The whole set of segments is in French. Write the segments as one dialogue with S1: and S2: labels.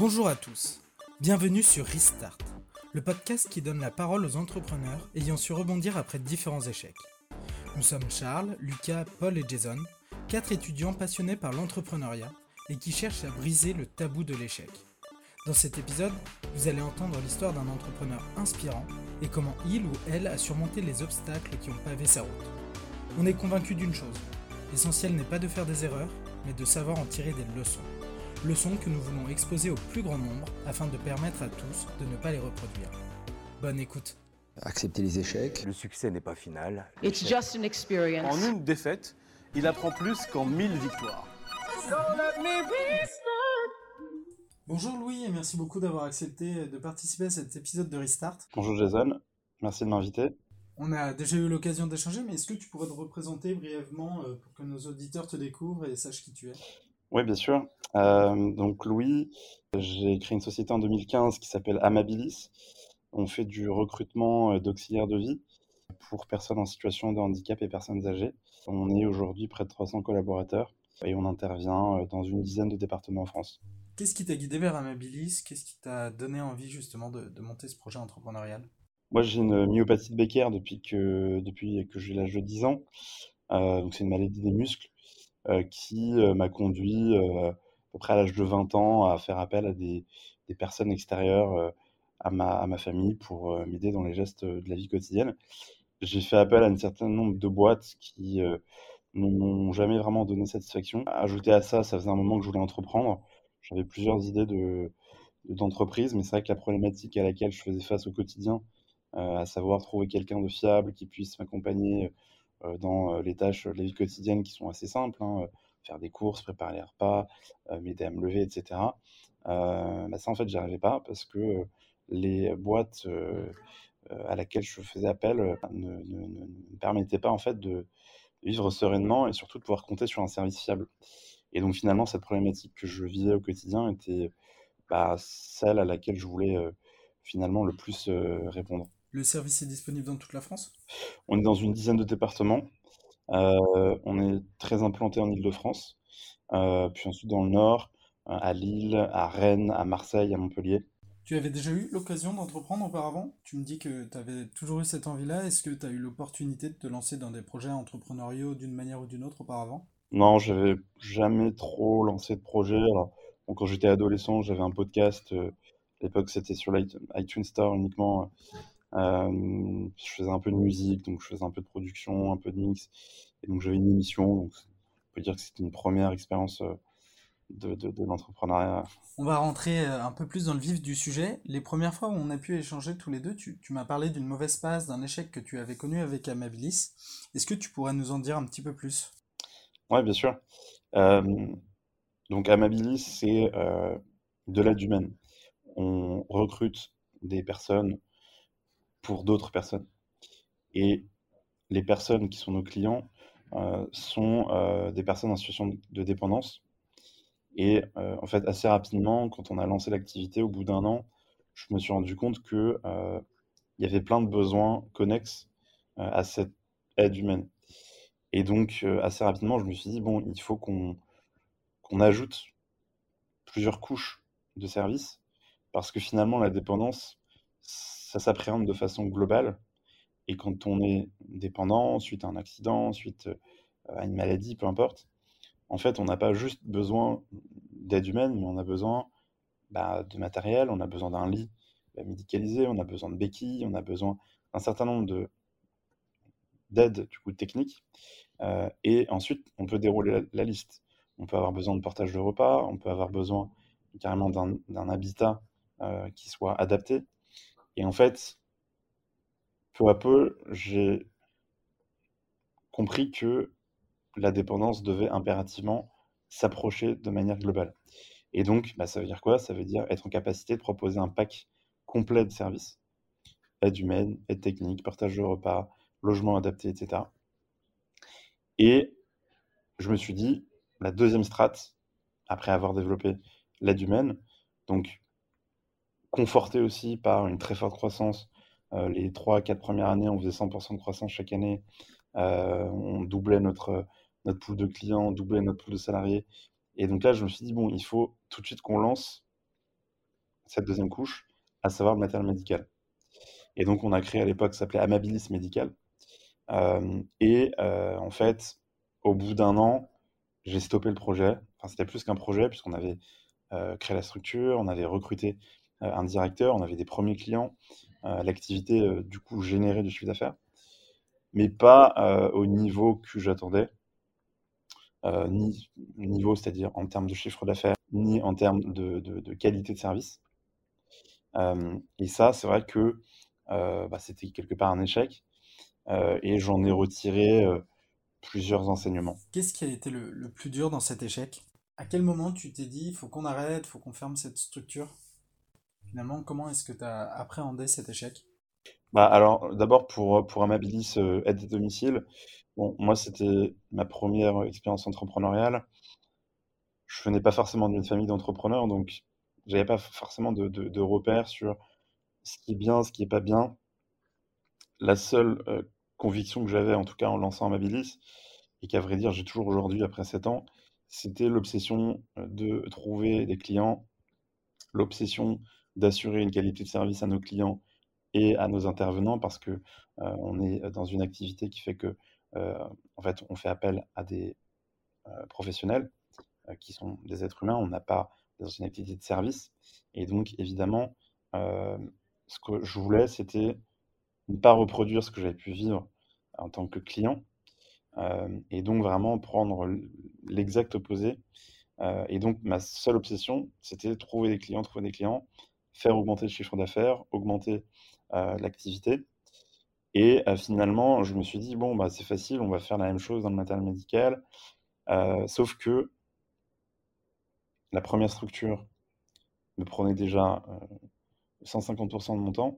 S1: Bonjour à tous, bienvenue sur Restart, le podcast qui donne la parole aux entrepreneurs ayant su rebondir après différents échecs. Nous sommes Charles, Lucas, Paul et Jason, 4 étudiants passionnés par l'entrepreneuriat et qui cherchent à briser le tabou de l'échec. Dans cet épisode, vous allez entendre l'histoire d'un entrepreneur inspirant et comment il ou elle a surmonté les obstacles qui ont pavé sa route. On est convaincu d'une chose, l'essentiel n'est pas de faire des erreurs, mais de savoir en tirer des leçons. Leçons que nous voulons exposer au plus grand nombre afin de permettre à tous de ne pas les reproduire. Bonne écoute.
S2: Accepter les échecs.
S3: Le succès n'est pas final.
S4: It's just an experience.
S5: En une défaite, il apprend plus qu'en 1000 victoires.
S1: Bonjour Louis et merci beaucoup d'avoir accepté de participer à cet épisode de Restart.
S6: Bonjour Jason, merci de m'inviter.
S1: On a déjà eu l'occasion d'échanger, mais est-ce que tu pourrais te représenter brièvement pour que nos auditeurs te découvrent et sachent qui tu es ?
S6: Oui, bien sûr. Donc Louis, j'ai créé une société en 2015 qui s'appelle Amabilis. On fait du recrutement d'auxiliaires de vie pour personnes en situation de handicap et personnes âgées. On est aujourd'hui près de 300 collaborateurs et on intervient dans une dizaine de départements en France.
S1: Qu'est-ce qui t'a guidé vers Amabilis ? Qu'est-ce qui t'a donné envie justement de monter ce projet entrepreneurial ?
S6: Moi, j'ai une myopathie de Becker depuis que j'ai l'âge de 10 ans. Donc c'est une maladie des muscles qui m'a conduit à peu près à l'âge de 20 ans à faire appel à des personnes extérieures à ma famille pour m'aider dans les gestes de la vie quotidienne. J'ai fait appel à un certain nombre de boîtes qui n'ont jamais vraiment donné satisfaction. Ajouté à ça, ça faisait un moment que je voulais entreprendre. J'avais plusieurs idées d'entreprise, mais c'est vrai que la problématique à laquelle je faisais face au quotidien, à savoir trouver quelqu'un de fiable qui puisse m'accompagner dans les tâches de la vie quotidienne qui sont assez simples, faire des courses, préparer les repas, m'aider à me lever, etc. Ça, en fait, j'y arrivais pas parce que les boîtes à laquelle je faisais appel ne me permettaient pas en fait de vivre sereinement et surtout de pouvoir compter sur un service fiable. Et donc finalement, cette problématique que je vivais au quotidien était celle à laquelle je voulais finalement le plus répondre.
S1: Le service est disponible dans toute la France ?
S6: On est dans une dizaine de départements. On est très implanté en Île-de-France, puis ensuite dans le Nord, à Lille, à Rennes, à Marseille, à Montpellier.
S1: Tu avais déjà eu l'occasion d'entreprendre auparavant ? Tu me dis que tu avais toujours eu cette envie-là. Est-ce que tu as eu l'opportunité de te lancer dans des projets entrepreneuriaux d'une manière ou d'une autre auparavant ?
S6: Non, j'avais jamais trop lancé de projet. Alors, bon, quand j'étais adolescent, j'avais un podcast. À l'époque, c'était sur l'iTunes Store uniquement. Je faisais un peu de musique, donc je faisais un peu de production, un peu de mix. Et donc j'avais une émission. Donc on peut dire que c'était une première expérience de l'entrepreneuriat.
S1: On va rentrer un peu plus dans le vif du sujet. Les premières fois où on a pu échanger tous les deux, tu m'as parlé d'une mauvaise passe, d'un échec que tu avais connu avec Amabilis. Est-ce que tu pourrais nous en dire un petit peu plus ?
S6: Ouais, bien sûr. Euh, donc Amabilis, c'est de l'aide humaine. On recrute des personnes pour d'autres personnes. Et les personnes qui sont nos clients sont des personnes en situation de dépendance. Et en fait, assez rapidement, quand on a lancé l'activité, au bout d'un an, je me suis rendu compte que il y avait plein de besoins connexes à cette aide humaine. Et donc, assez rapidement, je me suis dit, bon, il faut qu'on ajoute plusieurs couches de services, parce que finalement, la dépendance, ça s'appréhende de façon globale. Et quand on est dépendant, suite à un accident, suite à une maladie, peu importe, en fait, on n'a pas juste besoin d'aide humaine, mais on a besoin de matériel, on a besoin d'un lit médicalisé, on a besoin de béquilles, on a besoin d'un certain nombre d'aides du coup, techniques. Et ensuite, on peut dérouler la liste. On peut avoir besoin de portage de repas, on peut avoir besoin carrément d'un habitat qui soit adapté. Et en fait, peu à peu, j'ai compris que la dépendance devait impérativement s'approcher de manière globale. Et donc, ça veut dire quoi? Ça veut dire être en capacité de proposer un pack complet de services, aide humaine, aide technique, partage de repas, logement adapté, etc. Et je me suis dit, la deuxième strate, après avoir développé l'aide humaine, donc confortée aussi par une très forte croissance, les 3-4 premières années, on faisait 100% de croissance chaque année, on doublait notre pool de clients, on doublait notre pool de salariés. Et donc là, je me suis dit, bon, il faut tout de suite qu'on lance cette deuxième couche, à savoir le matériel médical. Et donc on a créé à l'époque, ça s'appelait Amabilis Médical. En fait, au bout d'un an, j'ai stoppé le projet. Enfin, c'était plus qu'un projet puisqu'on avait créé la structure, on avait recruté un directeur, on avait des premiers clients. L'activité, du coup, générait du chiffre d'affaires, mais pas au niveau que j'attendais, ni niveau, c'est-à-dire en termes de chiffre d'affaires, ni en termes de qualité de service. Et ça, c'est vrai que c'était quelque part un échec, et j'en ai retiré plusieurs enseignements.
S1: Qu'est-ce qui a été le plus dur dans cet échec? À quel moment tu t'es dit, faut qu'on arrête, faut qu'on ferme cette structure? Finalement, comment est-ce que tu as appréhendé cet échec?
S6: Bah, alors, d'abord pour Amabilis, aide à domicile, bon, moi, c'était ma première expérience entrepreneuriale. Je venais pas forcément d'une famille d'entrepreneurs, donc j'avais pas forcément de repères sur ce qui est bien, ce qui est pas bien. La seule, conviction que j'avais, en tout cas en lançant Amabilis, et qu'à vrai dire j'ai toujours aujourd'hui après 7 ans, c'était l'obsession, de trouver des clients, l'obsession d'assurer une qualité de service à nos clients et à nos intervenants parce que, on est dans une activité qui fait que, heu, en fait, on fait appel à des, professionnels, qui sont des êtres humains. On n'a pas dans une activité de service et donc évidemment, ce que je voulais, c'était ne pas reproduire ce que j'avais pu vivre en tant que client, et donc vraiment prendre l'exact opposé, et donc ma seule obsession, c'était trouver des clients, faire augmenter le chiffre d'affaires, augmenter, l'activité et finalement, je me suis dit: «Bon, bah, c'est facile, on va faire la même chose dans le matériel médical», sauf que la première structure me prenait déjà, 150 de mon temps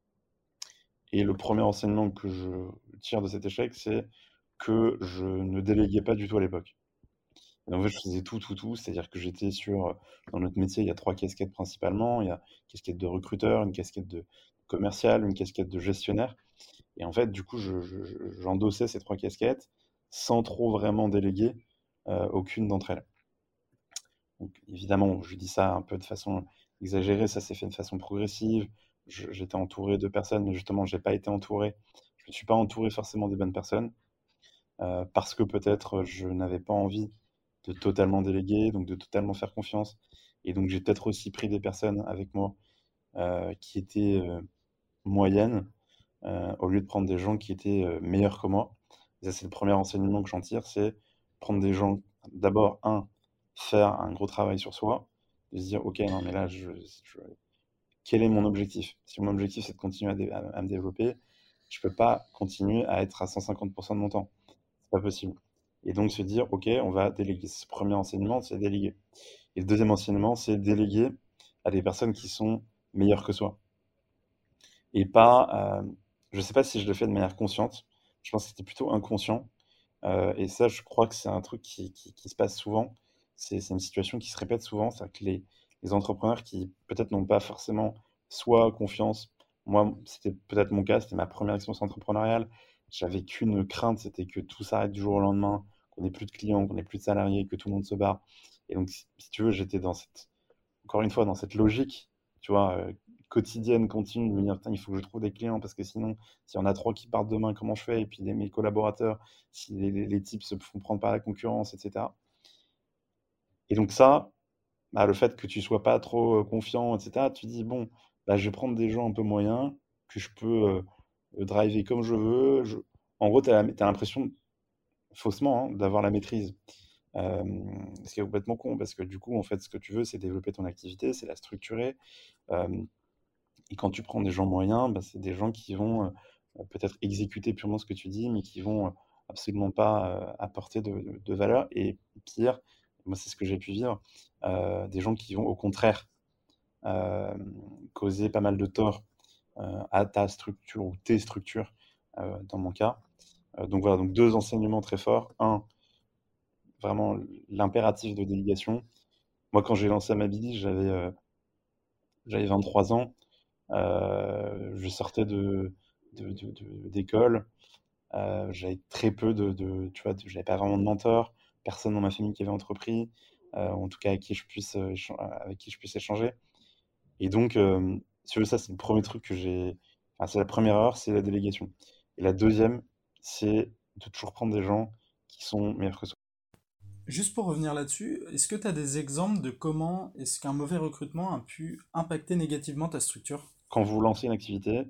S6: et le premier enseignement que je tire de cet échec, c'est que je ne déléguais pas du tout à l'époque. Et en fait, je faisais tout, tout, tout, c'est-à-dire que j'étais sur, dans notre métier, il y a 3 casquettes principalement. Il y a une casquette de recruteur, une casquette de commercial, une casquette de gestionnaire et en fait, du coup, j'endossais ces 3 casquettes sans trop vraiment déléguer, aucune d'entre elles. Donc évidemment, je dis ça un peu de façon exagérée, ça s'est fait de façon progressive. J'étais entouré de personnes, mais justement, j'ai pas été entouré. Je me suis pas entouré forcément des bonnes personnes, parce que peut-être, je n'avais pas envie de totalement déléguer, donc de totalement faire confiance et donc j'ai peut-être aussi pris des personnes avec moi, qui étaient, moyennes, au lieu de prendre des gens qui étaient, meilleurs que moi. Et ça, c'est le premier enseignement que j'en tire, c'est prendre des gens d'abord faire un gros travail sur soi, de se dire: «OK, non mais là je quel est mon objectif?» Si mon objectif, c'est de continuer à me développer, je peux pas continuer à être à 150 de mon temps. C'est pas possible et donc se dire: «OK, on va déléguer». Ce premier enseignement, c'est déléguer et le deuxième enseignement, c'est déléguer à des personnes qui sont meilleures que soi et pas, je sais pas si je le fais de manière consciente. Je pense que c'était plutôt inconscient, et ça, je crois que c'est un truc qui se passe souvent. C'est une situation qui se répète souvent, c'est-à-dire que les entrepreneurs qui peut-être n'ont pas forcément soit confiance, moi, c'était peut-être mon cas, c'était ma première expérience entrepreneuriale. J'avais qu'une crainte, c'était que tout s'arrête du jour au lendemain, qu'on ait plus de clients, qu'on ait plus de salariés, que tout le monde se barre et donc si tu veux, j'étais dans cette encore une fois, dans cette logique, tu vois, quotidienne, continue, de me dire: «Putain, il faut que je trouve des clients parce que sinon, s'il y en a 3 qui partent demain, comment je fais?» Et puis mes collaborateurs, si les types se font prendre par la concurrence et cetera et donc ça, bah, le fait que tu sois pas trop, confiant et cetera, tu dis: «Bon, bah, je vais prendre des gens un peu moyens que je peux, driver comme je veux». En gros, tu as l'impression, faussement, hein, d'avoir la maîtrise. Ce qui est complètement con parce que du coup, en fait, ce que tu veux, c'est développer ton activité, c'est la structurer, hem et quand tu prends des gens moyens, bah, c'est des gens qui vont, peut-être exécuter purement ce que tu dis, mais qui vont, absolument pas, apporter de valeur et pire, moi c'est ce que j'ai pu vivre, des gens qui vont au contraire, causer pas mal de tort, à ta structure ou tes structures, dans mon cas. Donc voilà, donc 2 enseignements très forts. Un, vraiment l'impératif de délégation. Moi quand j'ai lancé Amabilis, j'avais 23 ans. Je sortais d'école, j'avais très peu tu vois, j'avais pas vraiment de mentor, personne dans ma famille qui avait entrepris, en tout cas avec qui je puisse échanger Et donc, si tu veux, ça, c'est le premier truc que j'ai. Enfin, c'est la première erreur, c'est la délégation. Et la deuxième, c'est de toujours prendre des gens qui sont meilleurs que soi.
S1: Juste pour revenir là-dessus, est-ce que tu as des exemples de comment est-ce qu'un mauvais recrutement a pu impacter négativement ta structure?
S6: Quand vous lancez une activité,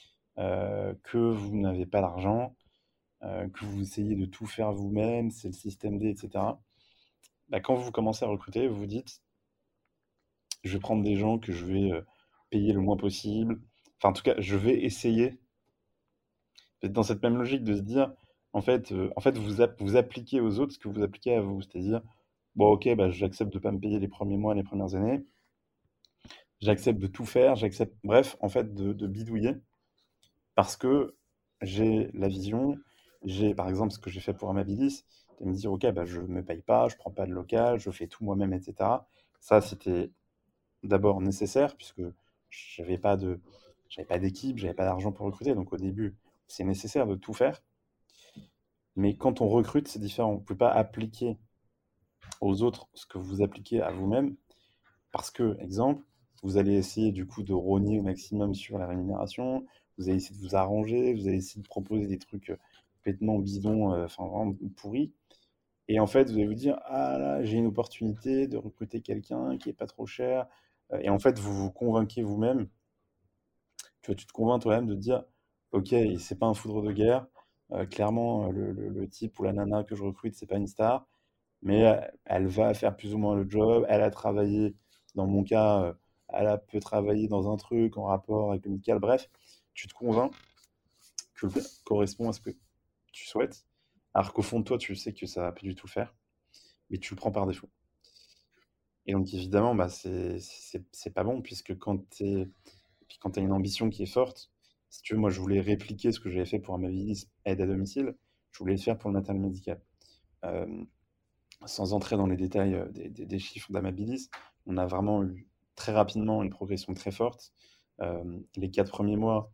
S6: que vous n'avez pas d'argent, que vous essayez de tout faire vous-même, c'est le système D, etc. Bah, quand vous commencez à recruter, vous vous dites, je vais prendre des gens que je vais payer le moins possible. Enfin, en tout cas, je vais essayer d'être dans cette même logique de se dire, en fait vous appliquez aux autres ce que vous appliquez à vous. C'est-à-dire, bon, ok, bah, j'accepte de ne pas me payer les premiers mois, les premières années. J'accepte de tout faire, j'accepte, bref, en fait, de bidouiller parce que j'ai la vision, j'ai par exemple ce que j'ai fait pour Amabilis, de me dire, ok, bah, je ne me paye pas, je prends pas de local, je fais tout moi-même, etc. Ça, c'était d'abord nécessaire puisque j'avais pas de, j'avais pas d'équipe, j'avais pas d'argent pour recruter. Donc au début, c'est nécessaire de tout faire. Mais quand on recrute, c'est différent. On ne peut pas appliquer aux autres ce que vous appliquez à vous-même parce que, exemple, vous allez essayer du coup de rogner au maximum sur la rémunération, vous allez essayer de vous arranger, vous allez essayer de proposer des trucs complètement bidons, enfin vraiment pourris. Et en fait, vous allez vous dire, ah là, j'ai une opportunité de recruter quelqu'un qui est pas trop cher. Et en fait, vous vous convainquez vous-même, tu vois, tu te convaincs toi-même de te dire, ok, c'est pas un foudre de guerre. Clairement, le type ou la nana que je recrute, c'est pas une star, mais elle va faire plus ou moins le job. Elle a travaillé, dans mon cas, peut travailler dans un truc en rapport avec le médical. Bref, tu te convaincs que le gars correspond à ce que tu souhaites, alors qu'au fond de toi, tu sais que ça va pas du tout le faire, mais tu le prends par défaut. Et donc, évidemment, bah, c'est pas bon, puisque quand tu as une ambition qui est forte, si tu veux, moi, je voulais répliquer ce que j'avais fait pour Amabilis aide à domicile, je voulais le faire pour le maternel médical. Euh, Sans entrer dans les détails des chiffres d'Amabilis, on a vraiment eu très rapidement une progression très forte. Les 4 premiers mois,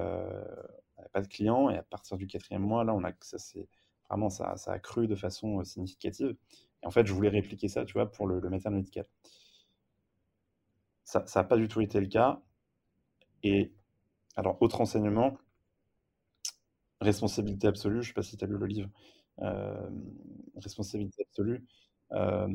S6: on n'avait pas de clients, et à partir du quatrième mois, là, ça a cru de façon significative. Et en fait, je voulais répliquer ça, tu vois, pour le maternel médical. Ça n'a pas du tout été le cas. Et alors, autre enseignement, responsabilité absolue, je ne sais pas si tu as lu le livre, euh, responsabilité absolue, euh,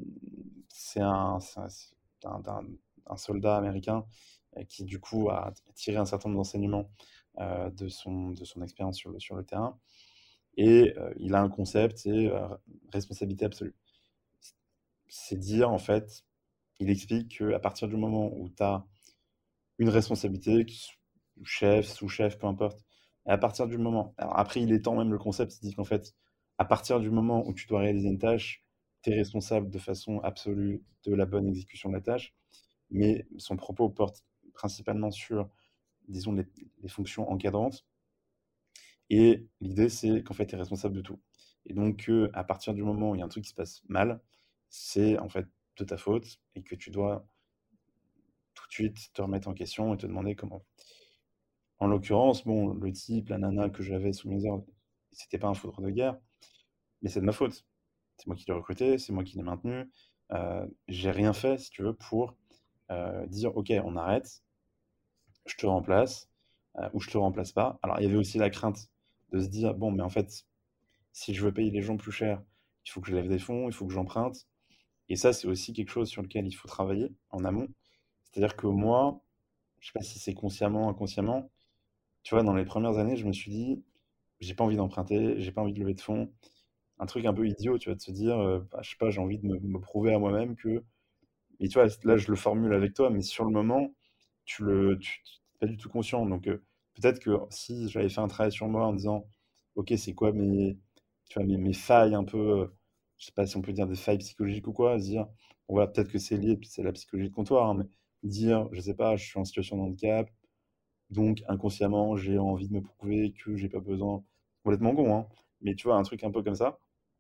S6: c'est un soldat américain qui du coup a tiré un certain nombre d'enseignements de son expérience sur le terrain. Et il a un concept, c'est responsabilité absolue. C'est dire, en fait, il explique qu'à partir du moment où tu as une responsabilité, chef, sous-chef, peu importe. Et à partir du moment, alors après il étend même le concept, il dit qu'en fait, à partir du moment où tu dois réaliser une tâche, tu es responsable de façon absolue de la bonne exécution de la tâche, mais son propos porte principalement sur, disons, les fonctions encadrantes, et l'idée c'est qu'en fait tu es responsable de tout. Et donc à partir du moment où il y a un truc qui se passe mal, c'est en fait de ta faute, et que tu dois tout de suite te remettre en question et te demander comment. En l'occurrence, bon, le type, la nana que j'avais sous mes ordres, c'était pas un foudre de guerre, mais c'est de ma faute. C'est moi qui l'ai recruté, c'est moi qui l'ai maintenu. J'ai rien fait, si tu veux, pour dire, ok, on arrête, je te remplace, ou je te remplace pas. Alors, il y avait aussi la crainte de se dire, bon, mais en fait, si je veux payer les gens plus cher, il faut que je lève des fonds, il faut que j'emprunte. Et ça, c'est aussi quelque chose sur lequel il faut travailler en amont. C'est-à-dire que moi, je sais pas si c'est consciemment, inconsciemment, tu vois, dans les premières années, je me suis dit, j'ai pas envie d'emprunter, j'ai pas envie de lever de fonds. Un truc un peu idiot, tu vois, de se dire, bah, je sais pas, j'ai envie de me prouver à moi-même que. Et tu vois, là, je le formule avec toi, mais sur le moment, t'es pas du tout conscient. Donc, peut-être que si j'avais fait un travail sur moi en disant, ok, c'est quoi tu vois, mes failles un peu, je sais pas si on peut dire des failles psychologiques ou quoi, se dire, bon, voilà, peut-être que c'est lié, puis c'est la psychologie de comptoir, hein, mais dire, je sais pas, je suis en situation de handicap, donc, inconsciemment, j'ai envie de me prouver que j'ai pas besoin. Complètement con, hein. Mais tu vois, un truc un peu comme ça,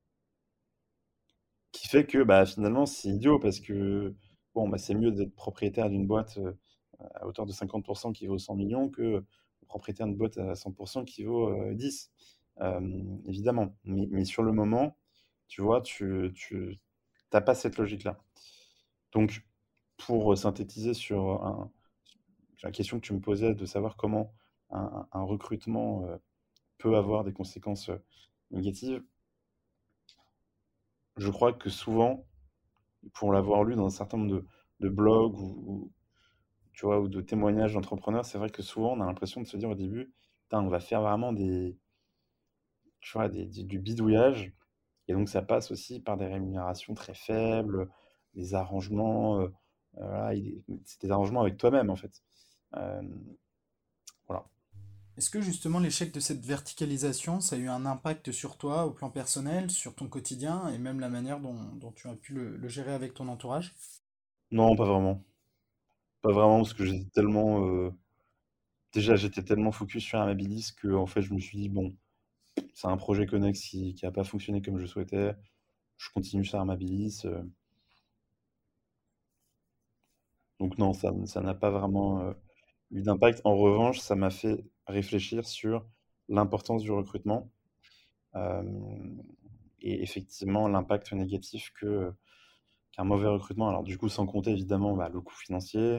S6: qui fait que bah, finalement, c'est idiot parce que bon, bah, c'est mieux d'être propriétaire d'une boîte à hauteur de 50% qui vaut 100 millions que propriétaire d'une boîte à 100% qui vaut 10, euh, évidemment. Mais sur le moment, tu vois, tu t'as pas cette logique-là. Donc, pour synthétiser sur la question que tu me posais de savoir comment un recrutement peut avoir des conséquences négatives, je crois que souvent, pour l'avoir lu dans un certain nombre de blogs tu vois, ou de témoignages d'entrepreneurs, c'est vrai que souvent on a l'impression de se dire au début, putain, on va faire vraiment tu vois, du bidouillage. Et donc ça passe aussi par des rémunérations très faibles, des arrangements, voilà, c'est des arrangements avec toi-même en fait. Euh, voilà.
S1: Est-ce que justement l'échec de cette verticalisation, ça a eu un impact sur toi au plan personnel, sur ton quotidien et même la manière dont tu as pu le gérer avec ton entourage?
S6: Non, pas vraiment. Pas vraiment parce que j'étais tellement, déjà j'étais tellement focus sur Amabilis que en fait je me suis dit bon, c'est un projet connexe qui a pas fonctionné comme je souhaitais. Je continue sur Amabilis. Donc non, ça n'a pas vraiment eu d'impact. En revanche, ça m'a fait réfléchir sur l'importance du recrutement euh, et effectivement l'impact négatif qu'un mauvais recrutement. Alors du coup, sans compter évidemment bah, le coût financier,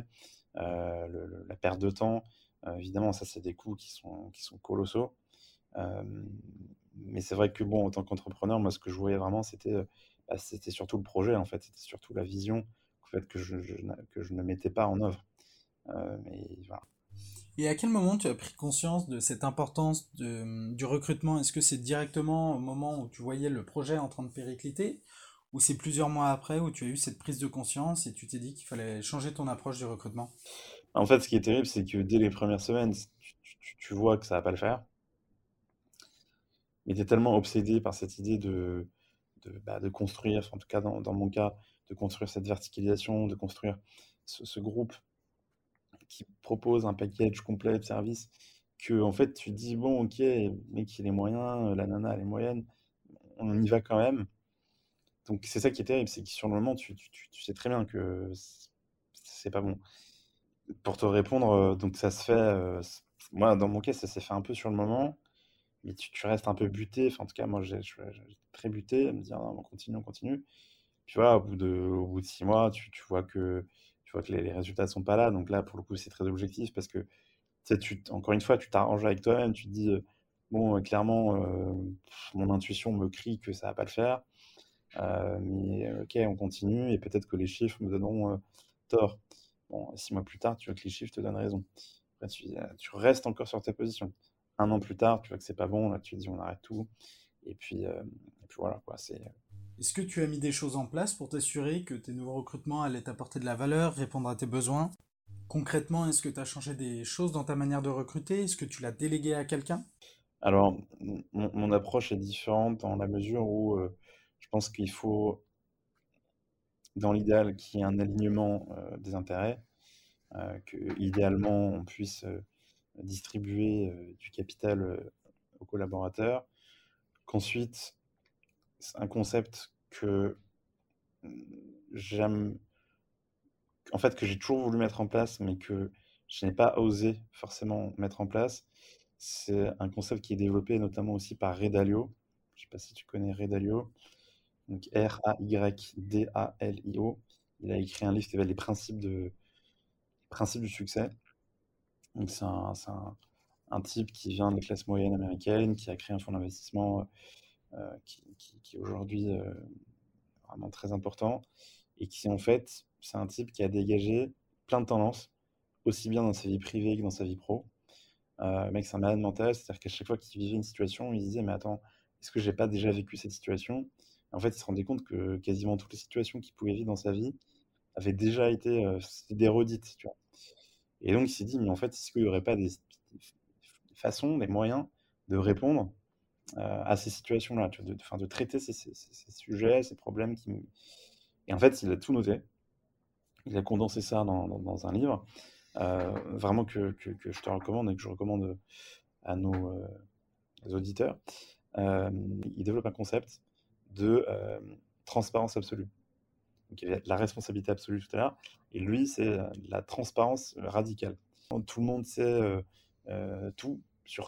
S6: la perte de temps. Évidemment, ça c'est des coûts qui sont colossaux. Euh, mais c'est vrai que bon, en tant qu'entrepreneur, moi ce que je voyais vraiment, c'était surtout le projet en fait, c'était surtout la vision en fait, que je ne mettais pas en œuvre. Mais voilà.
S1: Et à quel moment tu as pris conscience de cette importance du recrutement? Est-ce que c'est directement au moment où tu voyais le projet en train de péricliter, ou c'est plusieurs mois après où tu as eu cette prise de conscience et tu t'es dit qu'il fallait changer ton approche du recrutement?
S6: En fait, ce qui est terrible, c'est que dès les premières semaines, tu vois que ça va pas le faire, mais tu es tellement obsédé par cette idée de construire, enfin, en tout cas dans mon cas, de construire cette verticalisation, de construire ce groupe qui propose un package complet de services, que en fait tu te dis, bon, ok, le mec il est moyen, la nana elle est moyenne, on y va quand même. Donc c'est ça qui est terrible, c'est que sur le moment, tu sais très bien que c'est pas bon. Pour te répondre, donc ça se fait, moi dans mon cas, ça s'est fait un peu sur le moment, mais tu restes un peu buté, enfin en tout cas moi j'étais très buté, à me dire: «Non, on continue, on continue». Puis voilà, au bout de 6 mois, tu vois que les résultats sont pas là, donc là pour le coup c'est très objectif parce que, tu sais, encore une fois, tu t'arranges avec toi-même, tu te dis: «Bon, clairement, mon intuition me crie que ça va pas le faire, mais OK, on continue et peut-être que les chiffres me donneront, tort». Bon, 6 mois plus tard, tu vois que les chiffres te donnent raison. Après, tu restes encore sur ta position. Un an plus tard, tu vois que c'est pas bon, là, tu te dis on arrête tout. Et puis voilà, quoi.
S1: Est-ce que tu as mis des choses en place pour t'assurer que tes nouveaux recrutements allaient t'apporter de la valeur, répondre à tes besoins? Concrètement, est-ce que tu as changé des choses dans ta manière de recruter? Est-ce que tu l'as délégué à quelqu'un?
S6: Alors, mon approche est différente dans la mesure où je pense qu'il faut, dans l'idéal, qu'il y ait un alignement des intérêts, que idéalement on puisse distribuer du capital aux collaborateurs, qu'ensuite, c'est un concept que j'aime, en fait, que j'ai toujours voulu mettre en place, mais que je n'ai pas osé forcément mettre en place. C'est un concept qui est développé notamment aussi par Ray Dalio. Je ne sais pas si tu connais Ray Dalio. Donc Raydalio. Il a écrit un livre qui s'appelle Les principes du succès. Donc un type qui vient de la classe moyenne américaine, qui a créé un fonds d'investissement qui est aujourd'hui vraiment très important et qui en fait, c'est un type qui a dégagé plein de tendances, aussi bien dans sa vie privée que dans sa vie pro. Le mec, c'est un malade mental, c'est-à-dire qu'à chaque fois qu'il vivait une situation, il se disait: «Mais attends, est-ce que j'ai pas déjà vécu cette situation?» En fait, il se rendait compte que quasiment toutes les situations qu'il pouvait vivre dans sa vie avaient déjà été, c'était des redites, tu vois? Et donc il s'est dit: «Mais en fait, est-ce qu'il y aurait pas des façons, des moyens de répondre, à ces situations-là?» Tu vois? De traiter ces sujets, ces problèmes qui me et en fait, il a tout noté. Il a condensé ça dans un livre, vraiment que je te recommande et que je recommande à nos auditeurs. Il développe un concept de transparence absolue. Donc il y avait la responsabilité absolue tout à l'heure, et lui, c'est la transparence radicale. Tout le monde sait tout,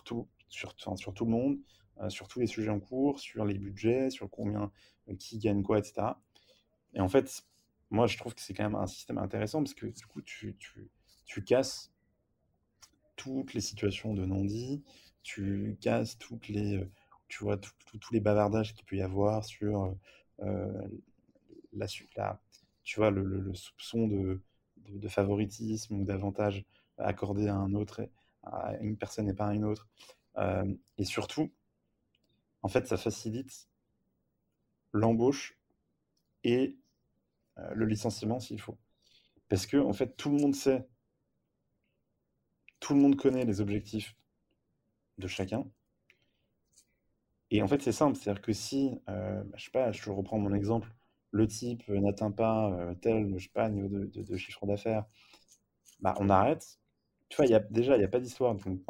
S6: sur tout le monde, sur tous les sujets en cours, sur les budgets, sur combien, qui gagne quoi, etc. Et en fait, moi, je trouve que c'est quand même un système intéressant parce que du coup, tu casses toutes les situations de non-dit, tu casses tu vois, tous les bavardages qu'il peut y avoir sur euh, la, tu vois, le soupçon de favoritisme ou d'avantage accordé à à une personne et pas à une autre. Et surtout, en fait, ça facilite l'embauche et le licenciement s'il faut. Parce que, en fait, tout le monde connaît les objectifs de chacun. Et en fait, c'est simple, c'est-à-dire que si, je sais pas, je reprends mon exemple, le type n'atteint pas tel, je sais pas, niveau de chiffre d'affaires, bah, on arrête. Tu vois, déjà, il n'y a pas d'histoire. Donc,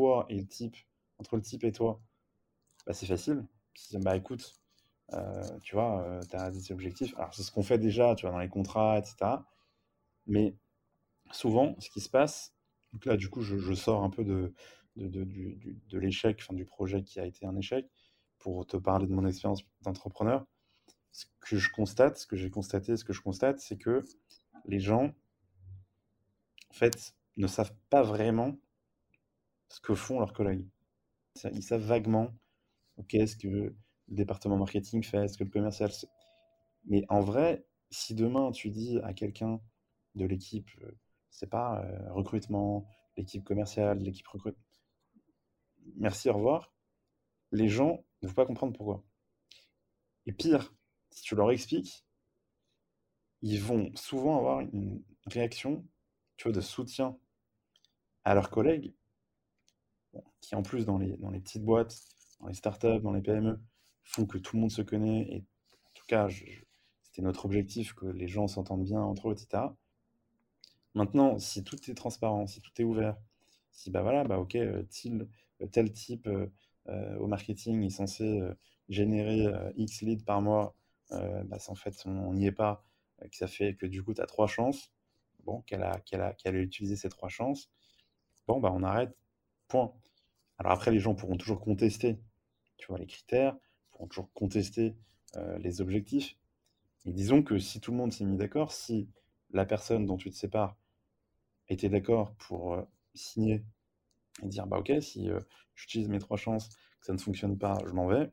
S6: entre le type et toi, bah, c'est facile. Bah, écoute, tu vois, tu as des objectifs. Alors, c'est ce qu'on fait déjà, tu vois, dans les contrats, etc. Mais souvent, ce qui se passe, donc là, du coup, je sors un peu de l'échec, enfin, du projet qui a été un échec, pour te parler de mon expérience d'entrepreneur. Ce que j'ai constaté, ce que je constate, c'est que les gens, en fait, ne savent pas vraiment ce que font leurs collègues. Ils savent vaguement, ok, ce que le département marketing fait, ce que le commercial. Mais en vrai, si demain tu dis à quelqu'un de l'équipe, c'est pas recrutement, l'équipe commerciale, l'équipe recrutement, merci, au revoir, les gens ne vont pas comprendre pourquoi. Et pire, si tu leur expliques, ils vont souvent avoir une réaction, tu vois, de soutien à leurs collègues, bon, qui en plus dans les petites boîtes, dans les startups, dans les PME, font que tout le monde se connaît. Et en tout cas, c'était notre objectif que les gens s'entendent bien entre eux, etc. Maintenant, si tout est transparent, si tout est ouvert, si bah voilà, bah ok, tel type au marketing est censé générer X leads par mois, bah, en fait on n'y est pas, que ça fait que du coup tu as trois chances, bon, qu'elle a utilisé ces trois chances, bon bah on arrête, point. Alors après les gens pourront toujours contester, tu vois, les critères, pourront toujours contester les objectifs, et disons que si tout le monde s'est mis d'accord, si la personne dont tu te sépares était d'accord pour signer et dire bah ok, si j'utilise mes trois chances, que ça ne fonctionne pas, je m'en vais.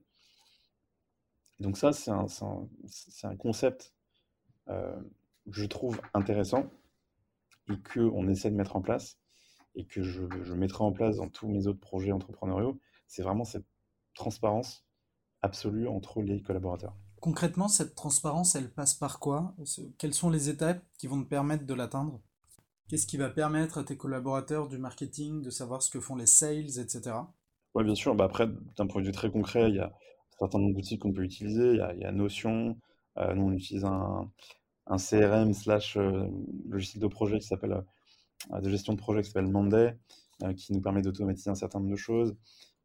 S6: Et donc ça, c'est un concept que je trouve intéressant et qu'on essaie de mettre en place et que je mettrai en place dans tous mes autres projets entrepreneuriaux. C'est vraiment cette transparence absolue entre les collaborateurs.
S1: Concrètement, cette transparence, elle passe par quoi? Quelles sont les étapes qui vont te permettre de l'atteindre? Qu'est-ce qui va permettre à tes collaborateurs du marketing de savoir ce que font les sales, etc.
S6: Oui, bien sûr. Bah après, d'un point de vue très concret, il y a un certain nombre d'outils qu'on peut utiliser. Il y a Notion. Nous, on utilise un CRM slash logiciel de projet qui s'appelle de gestion de projet qui s'appelle Monday, qui nous permet d'automatiser un certain nombre de choses.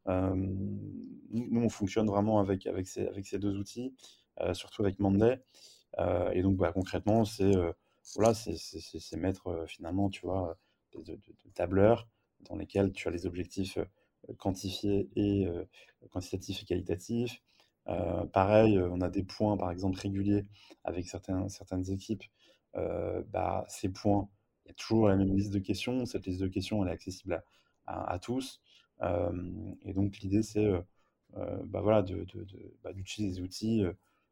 S6: Nous, on fonctionne vraiment avec ces deux outils, surtout avec Monday. Et donc, bah, concrètement, voilà, c'est mettre finalement, tu vois, de tableurs dans lesquels tu as les objectifs quantifiés et quantitatifs et qualitatifs. Pareil, on a des points, par exemple, réguliers avec certaines équipes. Bah, ces points, il y a toujours la même liste de questions. Cette liste de questions, elle est accessible à tous. Et donc, l'idée, c'est bah, voilà, bah, d'utiliser des outils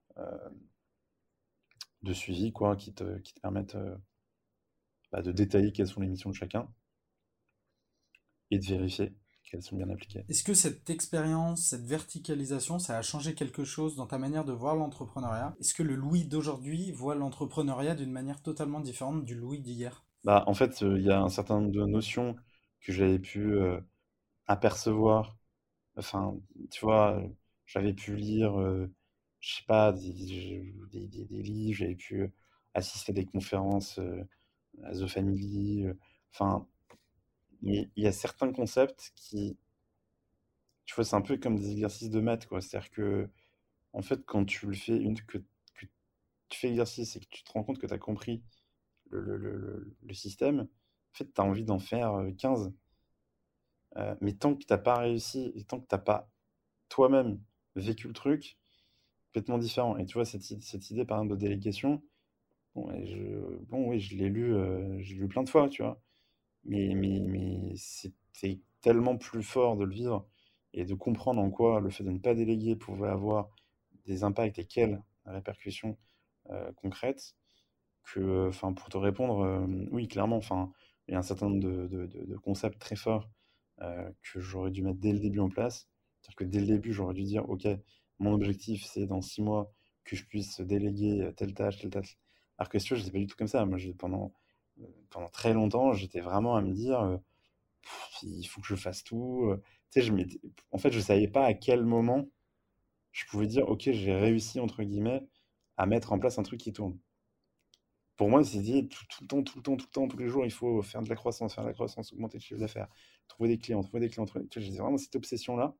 S6: de suivi quoi, qui te permettent bah, de détailler quelles sont les missions de chacun et de vérifier qu'elles sont bien appliquées.
S1: Est-ce que cette expérience, cette verticalisation, ça a changé quelque chose dans ta manière de voir l'entrepreneuriat? Est-ce que le Louis d'aujourd'hui voit l'entrepreneuriat d'une manière totalement différente du Louis d'hier?
S6: Bah, en fait, il y a un certain nombre de notions que j'avais pu apercevoir. Enfin, tu vois, j'avais pu lire, je sais pas, des livres, j'avais pu assister à des conférences à The Family. Enfin, il y a certains concepts qui, tu vois, c'est un peu comme des exercices de maths, quoi. C'est-à-dire que, en fait, quand tu le fais, que tu fais l'exercice et que tu te rends compte que tu as compris le système, en fait, tu as envie d'en faire 15. Mais tant que tu pas réussi et tant que tu pas toi-même vécu le truc, complètement différent. Et tu vois, cette idée, par exemple, de délégation, Bon, oui, je l'ai lu plein de fois, tu vois. Mais c'était tellement plus fort de le vivre et de comprendre en quoi le fait de ne pas déléguer pouvait avoir des impacts et quelles répercussions concrètes que, enfin, pour te répondre, oui, clairement, enfin, il y a un certain nombre de concepts très forts que j'aurais dû mettre dès le début en place. C'est-à-dire que dès le début, j'aurais dû dire, OK, mon objectif, c'est dans 6 mois que je puisse déléguer telle tâche, telle tâche. Alors que si tu vois, j'étais pas du tout comme ça. Moi, pendant très longtemps, j'étais vraiment à me dire, il faut que je fasse tout. Tu sais, en fait, je savais pas à quel moment je pouvais dire, OK, j'ai réussi, entre guillemets, à mettre en place un truc qui tourne. Pour moi, c'est dit tout le temps, tout le temps, tout le temps, tous les jours, il faut faire de la croissance, augmenter le chiffre d'affaires, trouver des clients. Tu vois, j'ai vraiment cette obsession-là.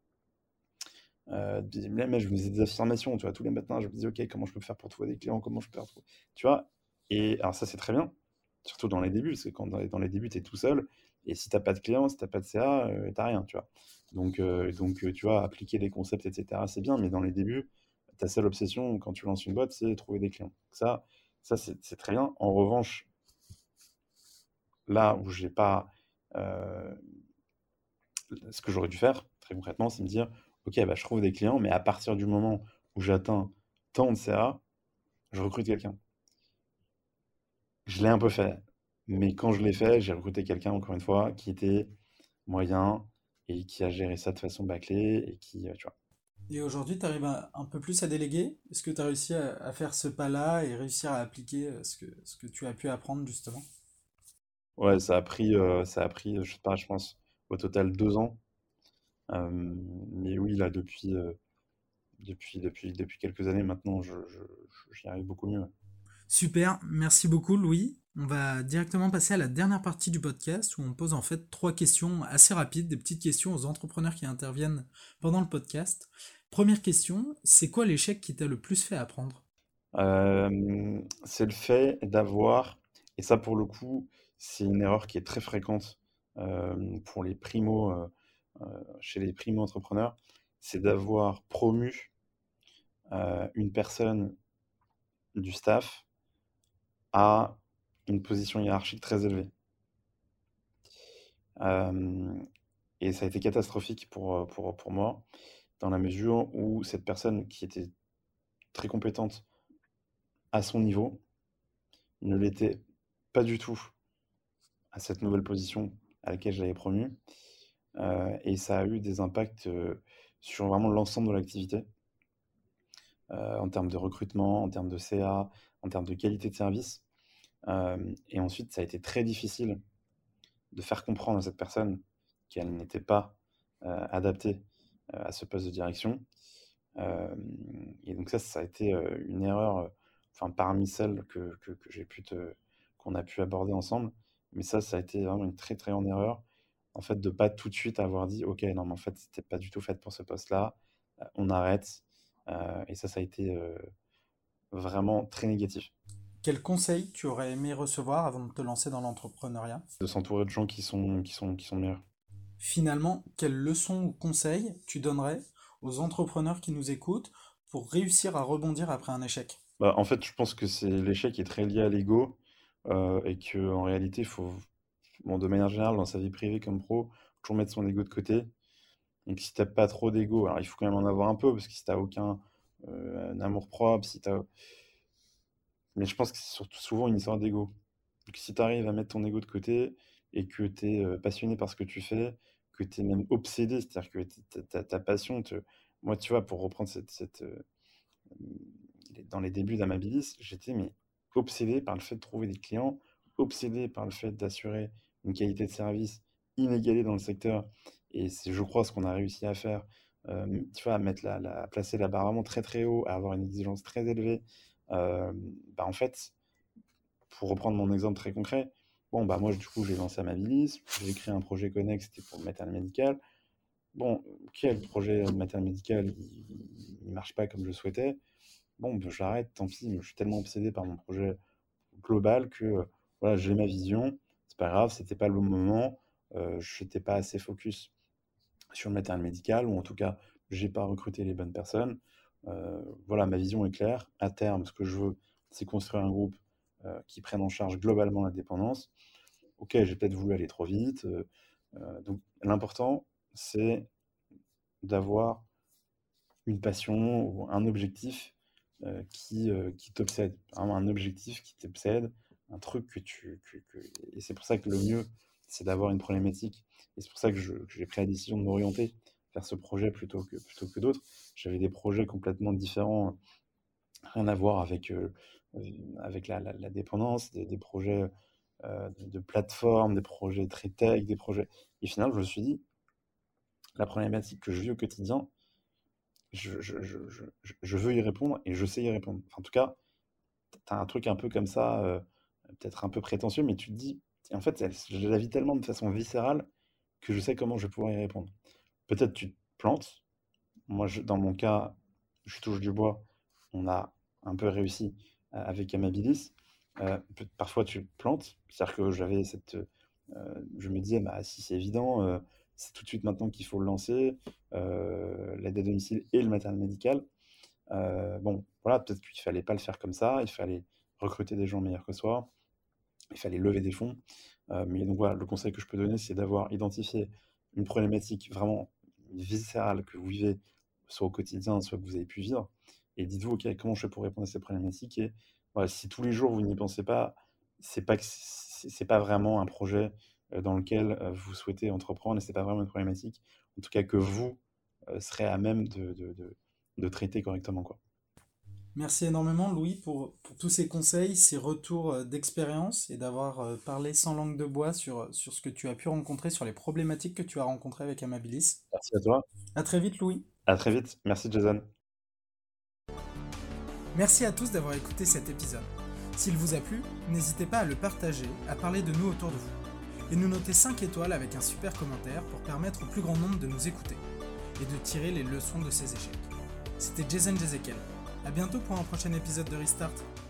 S6: Même, je me faisais des affirmations, tu vois, tous les matins, je me disais, OK, comment je peux faire pour trouver des clients, comment je peux faire pour... Tu vois, et alors ça, c'est très bien, surtout dans les débuts, parce que dans les débuts, tu es tout seul, et si t'as pas de clients, si t'as pas de CA, t'as rien, tu vois. Donc, tu vois, appliquer des concepts, etc., c'est bien, mais dans les débuts, ta seule obsession, quand tu lances une boîte, c'est trouver des clients. Ça c'est très bien. En revanche, là où j'ai pas... euh, ce que j'aurais dû faire, très concrètement, c'est me dire, OK, bah, je trouve des clients, mais à partir du moment où j'atteins tant de CA, je recrute quelqu'un. Je l'ai un peu fait, mais quand je l'ai fait, j'ai recruté quelqu'un, encore une fois, qui était moyen et qui a géré ça de façon bâclée et qui, tu vois.
S1: Et aujourd'hui, tu arrives un peu plus à déléguer? Est-ce que tu as réussi à faire ce pas-là et réussir à appliquer ce que tu as pu apprendre justement?
S6: Ouais, ça a pris, je sais pas, je pense, au total 2 ans. Euh, mais oui, là, depuis quelques années maintenant, j'y arrive beaucoup mieux.
S1: Super, merci beaucoup Louis. On va directement passer à la dernière partie du podcast où on pose en fait 3 questions assez rapides, des petites questions aux entrepreneurs qui interviennent pendant le podcast. Première question, c'est quoi l'échec qui t'a le plus fait apprendre?
S6: C'est le fait d'avoir, et ça pour le coup, c'est une erreur qui est très fréquente pour les chez les primo-entrepreneurs, c'est d'avoir promu une personne du staff à une position hiérarchique très élevée. Euh, et ça a été catastrophique pour moi, dans la mesure où cette personne qui était très compétente à son niveau ne l'était pas du tout à cette nouvelle position à laquelle je l'avais promu. Et ça a eu des impacts sur vraiment l'ensemble de l'activité, en termes de recrutement, en termes de CA, en termes de qualité de service. Et ensuite, ça a été très difficile de faire comprendre à cette personne qu'elle n'était pas adaptée à ce poste de direction. Euh, et donc ça a été une erreur, enfin parmi celles que qu'on a pu aborder ensemble. Mais ça a été vraiment une très très grande erreur, en fait, de pas tout de suite avoir dit, ok, non, mais en fait, c'était pas du tout fait pour ce poste-là, on arrête. Et ça a été vraiment très négatif.
S1: Quel conseil tu aurais aimé recevoir avant de te lancer dans l'entrepreneuriat?
S6: De s'entourer de gens qui sont meilleurs.
S1: Finalement, quelle leçon ou conseil tu donnerais aux entrepreneurs qui nous écoutent pour réussir à rebondir après un échec?
S6: Bah, en fait, je pense que c'est l'échec est très lié à l'ego et que en réalité, il faut, bon, de manière générale, dans sa vie privée comme pro, toujours mettre son ego de côté. Donc si t'as pas trop d'ego, alors il faut quand même en avoir un peu, parce que si t'as aucun amour-propre, si t'as... Mais je pense que c'est surtout souvent une histoire d'ego. Donc si t'arrives à mettre ton ego de côté et que t'es passionné par ce que tu fais, que t'es même obsédé, c'est-à-dire que ta passion te... Moi, tu vois, pour reprendre dans les débuts d'Amabilis, j'étais mais obsédé par le fait de trouver des clients, obsédé par le fait d'assurer une qualité de service inégalée dans le secteur. Et c'est, je crois, ce qu'on a réussi à faire. Tu vois, à placer la barre vraiment très très haut, à avoir une exigence très élevée. En fait, pour reprendre mon exemple très concret, bon, bah moi, du coup, j'ai lancé Amabilis, j'ai créé un projet connexe, c'était pour le matériel médical. Bon, ok, le projet de matériel médical, il marche pas comme je le souhaitais. Bon, ben, j'arrête, tant pis, je suis tellement obsédé par mon projet global que voilà, j'ai ma vision, c'est pas grave, c'était pas le bon moment, je n'étais pas assez focus sur le matériel médical, ou en tout cas, j'ai pas recruté les bonnes personnes. Voilà, ma vision est claire. À terme, ce que je veux, c'est construire un groupe qui prennent en charge globalement la dépendance. Ok, j'ai peut-être voulu aller trop vite. Donc l'important, c'est d'avoir une passion ou un objectif qui t'obsède. Un objectif qui t'obsède, un truc Et c'est pour ça que le mieux, c'est d'avoir une problématique. Et c'est pour ça que j'ai pris la décision de m'orienter vers ce projet plutôt que d'autres. J'avais des projets complètement différents, rien à voir avec la dépendance, des projets de plateforme, des projets très tech, des projets. Et finalement, je me suis dit, la problématique que je vis au quotidien, je veux y répondre et je sais y répondre. Enfin, en tout cas, tu as un truc un peu comme ça, peut-être un peu prétentieux, mais tu te dis, en fait, je la vis tellement de façon viscérale que je sais comment je vais pouvoir y répondre. Peut-être tu te plantes. Moi, dans mon cas, je touche du bois. On a un peu réussi avec Amabilis. Parfois, tu te plantes. C'est-à-dire que je me disais, bah, si c'est évident, c'est tout de suite maintenant qu'il faut le lancer, l'aide à domicile et le matériel médical. Bon, voilà, peut-être qu'il fallait pas le faire comme ça, il fallait recruter des gens meilleurs que soi, il fallait lever des fonds. Mais donc voilà, le conseil que je peux donner, c'est d'avoir identifié une problématique vraiment viscérale que vous vivez, soit au quotidien, soit que vous avez pu vivre, et dites-vous, ok, comment je fais pour répondre à ces problématiques? Et voilà, si tous les jours vous n'y pensez pas, c'est pas vraiment un projet dans lequel vous souhaitez entreprendre, et c'est pas vraiment une problématique, en tout cas que vous serez à même de traiter correctement, quoi.
S1: Merci énormément Louis pour tous ces conseils, ces retours d'expérience et d'avoir parlé sans langue de bois sur ce que tu as pu rencontrer, sur les problématiques que tu as rencontrées avec Amabilis.
S6: Merci à toi.
S1: À très vite Louis.
S6: À très vite. Merci Jason.
S1: Merci à tous d'avoir écouté cet épisode. S'il vous a plu, n'hésitez pas à le partager, à parler de nous autour de vous. Et nous noter 5 étoiles avec un super commentaire pour permettre au plus grand nombre de nous écouter et de tirer les leçons de ces échecs. C'était Jason Jezekiel. A bientôt pour un prochain épisode de Restart.